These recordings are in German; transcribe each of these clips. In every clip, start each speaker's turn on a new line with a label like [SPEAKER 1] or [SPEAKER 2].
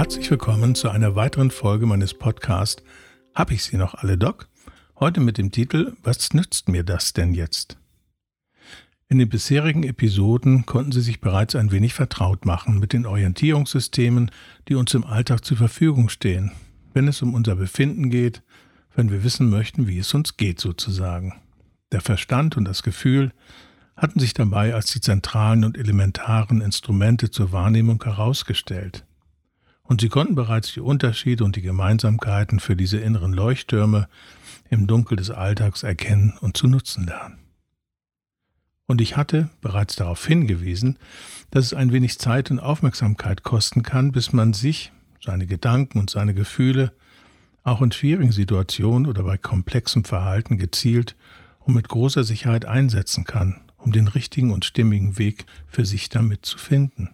[SPEAKER 1] Herzlich willkommen zu einer weiteren Folge meines Podcasts Hab ich sie noch alle, Doc? Heute mit dem Titel Was nützt mir das denn jetzt? In den bisherigen Episoden konnten Sie sich bereits ein wenig vertraut machen mit den Orientierungssystemen, die uns im Alltag zur Verfügung stehen, wenn es um unser Befinden geht, wenn wir wissen möchten, wie es uns geht sozusagen. Der Verstand und das Gefühl hatten sich dabei als die zentralen und elementaren Instrumente zur Wahrnehmung herausgestellt. Und sie konnten bereits die Unterschiede und die Gemeinsamkeiten für diese inneren Leuchttürme im Dunkel des Alltags erkennen und zu nutzen lernen. Und ich hatte bereits darauf hingewiesen, dass es ein wenig Zeit und Aufmerksamkeit kosten kann, bis man sich, seine Gedanken und seine Gefühle auch in schwierigen Situationen oder bei komplexem Verhalten gezielt und mit großer Sicherheit einsetzen kann, um den richtigen und stimmigen Weg für sich damit zu finden.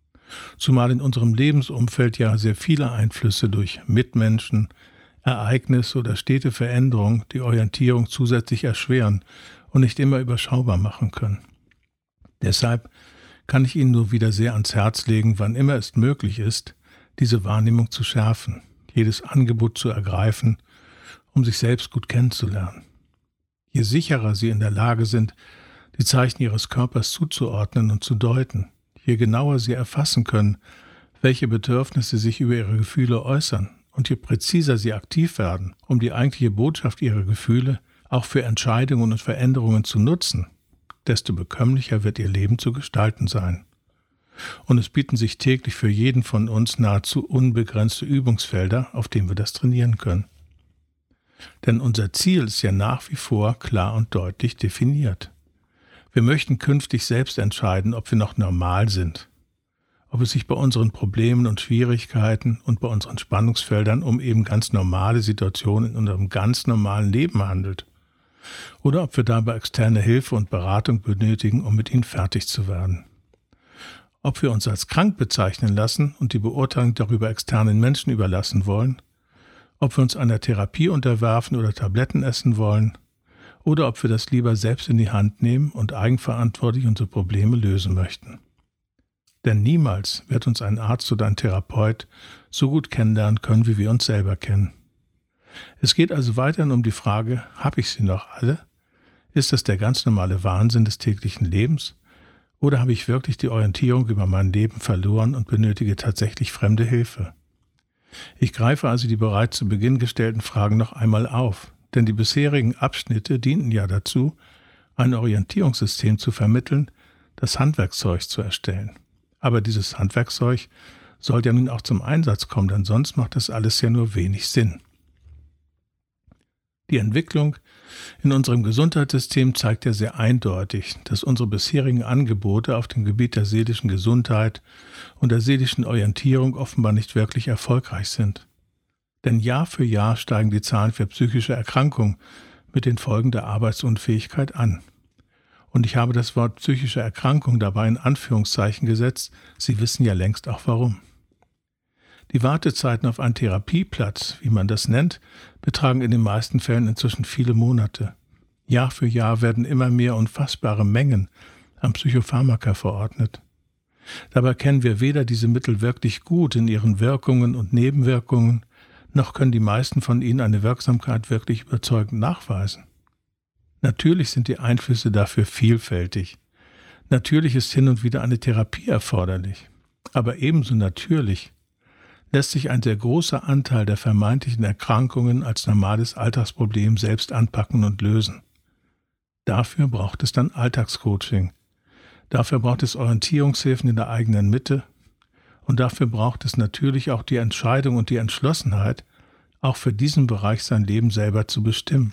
[SPEAKER 1] Zumal in unserem Lebensumfeld ja sehr viele Einflüsse durch Mitmenschen, Ereignisse oder stete Veränderungen die Orientierung zusätzlich erschweren und nicht immer überschaubar machen können. Deshalb kann ich Ihnen nur wieder sehr ans Herz legen, wann immer es möglich ist, diese Wahrnehmung zu schärfen, jedes Angebot zu ergreifen, um sich selbst gut kennenzulernen. Je sicherer Sie in der Lage sind, die Zeichen Ihres Körpers zuzuordnen und zu deuten, je genauer Sie erfassen können, welche Bedürfnisse sich über Ihre Gefühle äußern und je präziser Sie aktiv werden, um die eigentliche Botschaft Ihrer Gefühle auch für Entscheidungen und Veränderungen zu nutzen, desto bekömmlicher wird Ihr Leben zu gestalten sein. Und es bieten sich täglich für jeden von uns nahezu unbegrenzte Übungsfelder, auf denen wir das trainieren können. Denn unser Ziel ist ja nach wie vor klar und deutlich definiert. Wir möchten künftig selbst entscheiden, ob wir noch normal sind, ob es sich bei unseren Problemen und Schwierigkeiten und bei unseren Spannungsfeldern um eben ganz normale Situationen in unserem ganz normalen Leben handelt, oder ob wir dabei externe Hilfe und Beratung benötigen, um mit ihnen fertig zu werden. Ob wir uns als krank bezeichnen lassen und die Beurteilung darüber externen Menschen überlassen wollen, ob wir uns einer Therapie unterwerfen oder Tabletten essen wollen, oder ob wir das lieber selbst in die Hand nehmen und eigenverantwortlich unsere Probleme lösen möchten. Denn niemals wird uns ein Arzt oder ein Therapeut so gut kennenlernen können, wie wir uns selber kennen. Es geht also weiterhin um die Frage, habe ich sie noch alle? Ist das der ganz normale Wahnsinn des täglichen Lebens? Oder habe ich wirklich die Orientierung über mein Leben verloren und benötige tatsächlich fremde Hilfe? Ich greife also die bereits zu Beginn gestellten Fragen noch einmal auf. Denn die bisherigen Abschnitte dienten ja dazu, ein Orientierungssystem zu vermitteln, das Handwerkszeug zu erstellen. Aber dieses Handwerkszeug soll ja nun auch zum Einsatz kommen, denn sonst macht das alles ja nur wenig Sinn. Die Entwicklung in unserem Gesundheitssystem zeigt ja sehr eindeutig, dass unsere bisherigen Angebote auf dem Gebiet der seelischen Gesundheit und der seelischen Orientierung offenbar nicht wirklich erfolgreich sind. Denn Jahr für Jahr steigen die Zahlen für psychische Erkrankungen mit den Folgen der Arbeitsunfähigkeit an. Und ich habe das Wort psychische Erkrankung dabei in Anführungszeichen gesetzt, Sie wissen ja längst auch warum. Die Wartezeiten auf einen Therapieplatz, wie man das nennt, betragen in den meisten Fällen inzwischen viele Monate. Jahr für Jahr werden immer mehr unfassbare Mengen an Psychopharmaka verordnet. Dabei kennen wir weder diese Mittel wirklich gut in ihren Wirkungen und Nebenwirkungen, noch können die meisten von ihnen eine Wirksamkeit wirklich überzeugend nachweisen. Natürlich sind die Einflüsse dafür vielfältig. Natürlich ist hin und wieder eine Therapie erforderlich. Aber ebenso natürlich lässt sich ein sehr großer Anteil der vermeintlichen Erkrankungen als normales Alltagsproblem selbst anpacken und lösen. Dafür braucht es dann Alltagscoaching. Dafür braucht es Orientierungshilfen in der eigenen Mitte. Und dafür braucht es natürlich auch die Entscheidung und die Entschlossenheit, auch für diesen Bereich sein Leben selber zu bestimmen.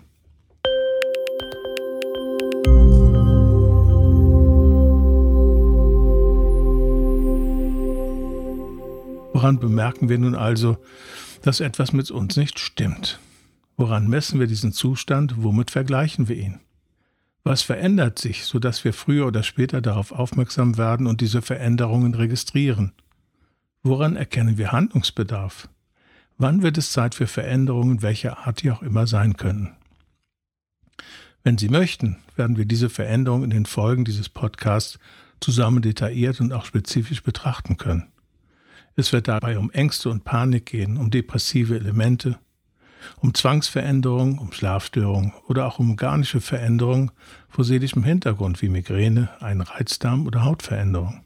[SPEAKER 1] Woran bemerken wir nun also, dass etwas mit uns nicht stimmt? Woran messen wir diesen Zustand? Womit vergleichen wir ihn? Was verändert sich, sodass wir früher oder später darauf aufmerksam werden und diese Veränderungen registrieren? Woran erkennen wir Handlungsbedarf? Wann wird es Zeit für Veränderungen, welcher Art die auch immer sein können? Wenn Sie möchten, werden wir diese Veränderungen in den Folgen dieses Podcasts zusammen detailliert und auch spezifisch betrachten können. Es wird dabei um Ängste und Panik gehen, um depressive Elemente, um Zwangsveränderungen, um Schlafstörungen oder auch um organische Veränderungen vor seelischem Hintergrund wie Migräne, einen Reizdarm oder Hautveränderungen.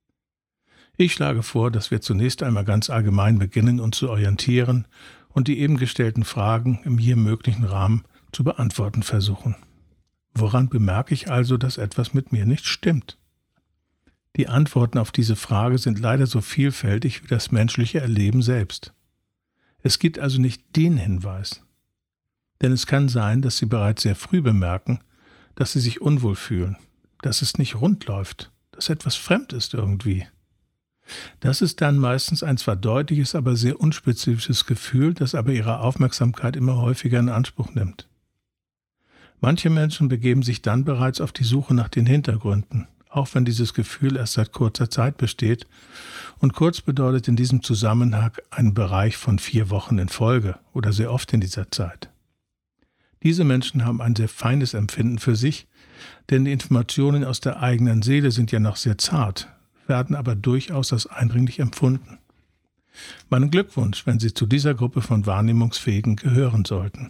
[SPEAKER 1] Ich schlage vor, dass wir zunächst einmal ganz allgemein beginnen, uns zu orientieren und die eben gestellten Fragen im hier möglichen Rahmen zu beantworten versuchen. Woran bemerke ich also, dass etwas mit mir nicht stimmt? Die Antworten auf diese Frage sind leider so vielfältig wie das menschliche Erleben selbst. Es gibt also nicht den Hinweis. Denn es kann sein, dass Sie bereits sehr früh bemerken, dass Sie sich unwohl fühlen, dass es nicht rund läuft, dass etwas fremd ist irgendwie. Das ist dann meistens ein zwar deutliches, aber sehr unspezifisches Gefühl, das aber Ihre Aufmerksamkeit immer häufiger in Anspruch nimmt. Manche Menschen begeben sich dann bereits auf die Suche nach den Hintergründen, auch wenn dieses Gefühl erst seit kurzer Zeit besteht, und kurz bedeutet in diesem Zusammenhang einen Bereich von 4 Wochen in Folge oder sehr oft in dieser Zeit. Diese Menschen haben ein sehr feines Empfinden für sich, denn die Informationen aus der eigenen Seele sind ja noch sehr zart, werden aber durchaus als eindringlich empfunden. Meinen Glückwunsch, wenn Sie zu dieser Gruppe von Wahrnehmungsfähigen gehören sollten.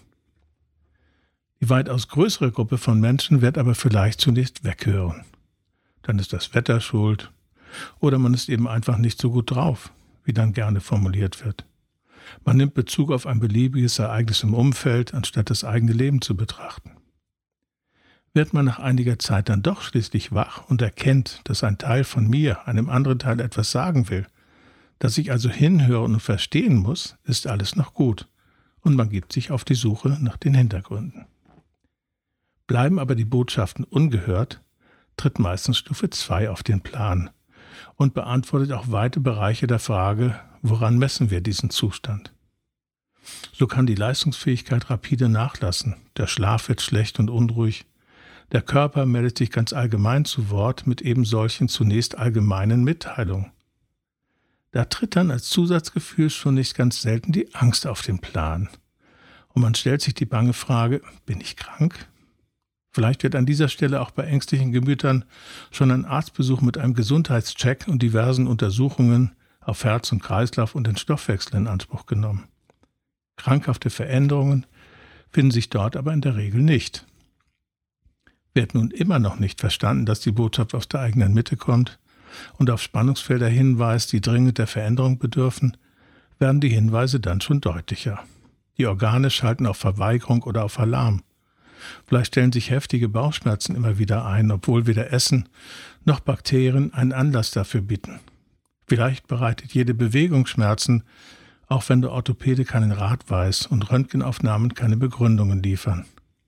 [SPEAKER 1] Die weitaus größere Gruppe von Menschen wird aber vielleicht zunächst weghören. Dann ist das Wetter schuld oder man ist eben einfach nicht so gut drauf, wie dann gerne formuliert wird. Man nimmt Bezug auf ein beliebiges Ereignis im Umfeld, anstatt das eigene Leben zu betrachten. Wird man nach einiger Zeit dann doch schließlich wach und erkennt, dass ein Teil von mir einem anderen Teil etwas sagen will, dass ich also hinhören und verstehen muss, ist alles noch gut und man gibt sich auf die Suche nach den Hintergründen. Bleiben aber die Botschaften ungehört, tritt meistens Stufe 2 auf den Plan und beantwortet auch weite Bereiche der Frage, woran messen wir diesen Zustand? So kann die Leistungsfähigkeit rapide nachlassen, der Schlaf wird schlecht und unruhig, der Körper meldet sich ganz allgemein zu Wort mit eben solchen zunächst allgemeinen Mitteilungen. Da tritt dann als Zusatzgefühl schon nicht ganz selten die Angst auf den Plan. Und man stellt sich die bange Frage, bin ich krank? Vielleicht wird an dieser Stelle auch bei ängstlichen Gemütern schon ein Arztbesuch mit einem Gesundheitscheck und diversen Untersuchungen auf Herz und Kreislauf und den Stoffwechsel in Anspruch genommen. Krankhafte Veränderungen finden sich dort aber in der Regel nicht. Wird nun immer noch nicht verstanden, dass die Botschaft aus der eigenen Mitte kommt und auf Spannungsfelder hinweist, die dringend der Veränderung bedürfen, werden die Hinweise dann schon deutlicher. Die Organe schalten auf Verweigerung oder auf Alarm. Vielleicht stellen sich heftige Bauchschmerzen immer wieder ein, obwohl weder Essen noch Bakterien einen Anlass dafür bieten. Vielleicht bereitet jede Bewegung Schmerzen, auch wenn der Orthopäde keinen Rat weiß und Röntgenaufnahmen keine Begründungen liefern.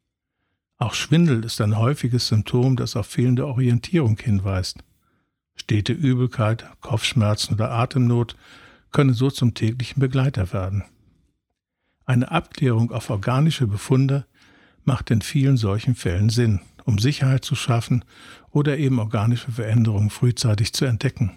[SPEAKER 1] Auch Schwindel ist ein häufiges Symptom, das auf fehlende Orientierung hinweist. Stete Übelkeit, Kopfschmerzen oder Atemnot können so zum täglichen Begleiter werden. Eine Abklärung auf organische Befunde macht in vielen solchen Fällen Sinn, um Sicherheit zu schaffen oder eben organische Veränderungen frühzeitig zu entdecken.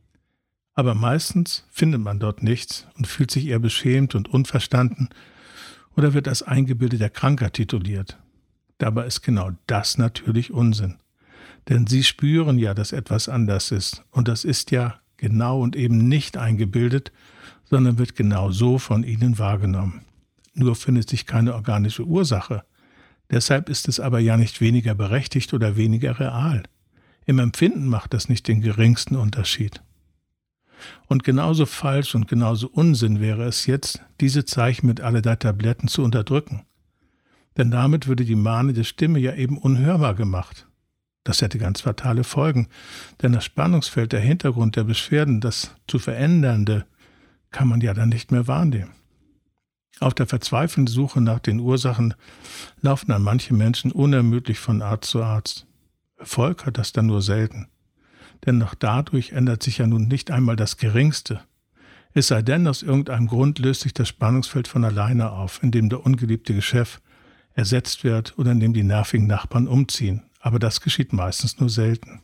[SPEAKER 1] Aber meistens findet man dort nichts und fühlt sich eher beschämt und unverstanden oder wird als eingebildeter Kranker tituliert. Dabei ist genau das natürlich Unsinn. Denn Sie spüren ja, dass etwas anders ist. Und das ist ja genau und eben nicht eingebildet, sondern wird genau so von Ihnen wahrgenommen. Nur findet sich keine organische Ursache. Deshalb ist es aber ja nicht weniger berechtigt oder weniger real. Im Empfinden macht das nicht den geringsten Unterschied. Und genauso falsch und genauso Unsinn wäre es jetzt, diese Zeichen mit allerlei Tabletten zu unterdrücken. Denn damit würde die mahnende Stimme ja eben unhörbar gemacht. Das hätte ganz fatale Folgen, denn das Spannungsfeld, der Hintergrund der Beschwerden, das zu Verändernde, kann man ja dann nicht mehr wahrnehmen. Auf der verzweifelnden Suche nach den Ursachen laufen dann manche Menschen unermüdlich von Arzt zu Arzt. Erfolg hat das dann nur selten. Denn auch dadurch ändert sich ja nun nicht einmal das Geringste. Es sei denn, aus irgendeinem Grund löst sich das Spannungsfeld von alleine auf, indem der ungeliebte Chef ersetzt wird oder indem die nervigen Nachbarn umziehen. Aber das geschieht meistens nur selten.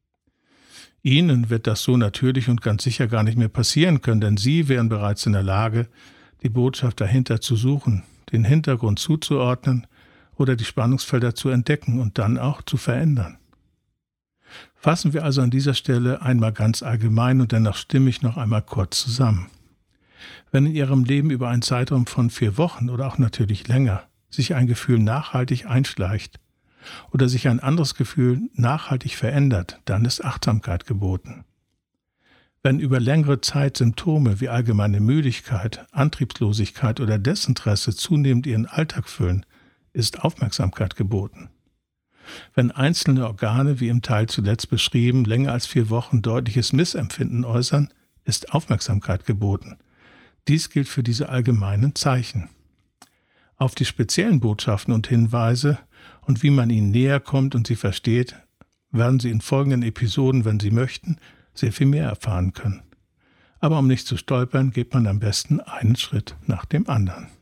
[SPEAKER 1] Ihnen wird das so natürlich und ganz sicher gar nicht mehr passieren können, denn Sie wären bereits in der Lage, die Botschaft dahinter zu suchen, den Hintergrund zuzuordnen oder die Spannungsfelder zu entdecken und dann auch zu verändern. Fassen wir also an dieser Stelle einmal ganz allgemein und dennoch stimmig noch einmal kurz zusammen. Wenn in Ihrem Leben über einen Zeitraum von 4 Wochen oder auch natürlich länger sich ein Gefühl nachhaltig einschleicht oder sich ein anderes Gefühl nachhaltig verändert, dann ist Achtsamkeit geboten. Wenn über längere Zeit Symptome wie allgemeine Müdigkeit, Antriebslosigkeit oder Desinteresse zunehmend Ihren Alltag füllen, ist Aufmerksamkeit geboten. Wenn einzelne Organe, wie im Teil zuletzt beschrieben, länger als 4 Wochen deutliches Missempfinden äußern, ist Aufmerksamkeit geboten. Dies gilt für diese allgemeinen Zeichen. Auf die speziellen Botschaften und Hinweise und wie man ihnen näher kommt und sie versteht, werden Sie in folgenden Episoden, wenn Sie möchten, sehr viel mehr erfahren können. Aber um nicht zu stolpern, geht man am besten einen Schritt nach dem anderen.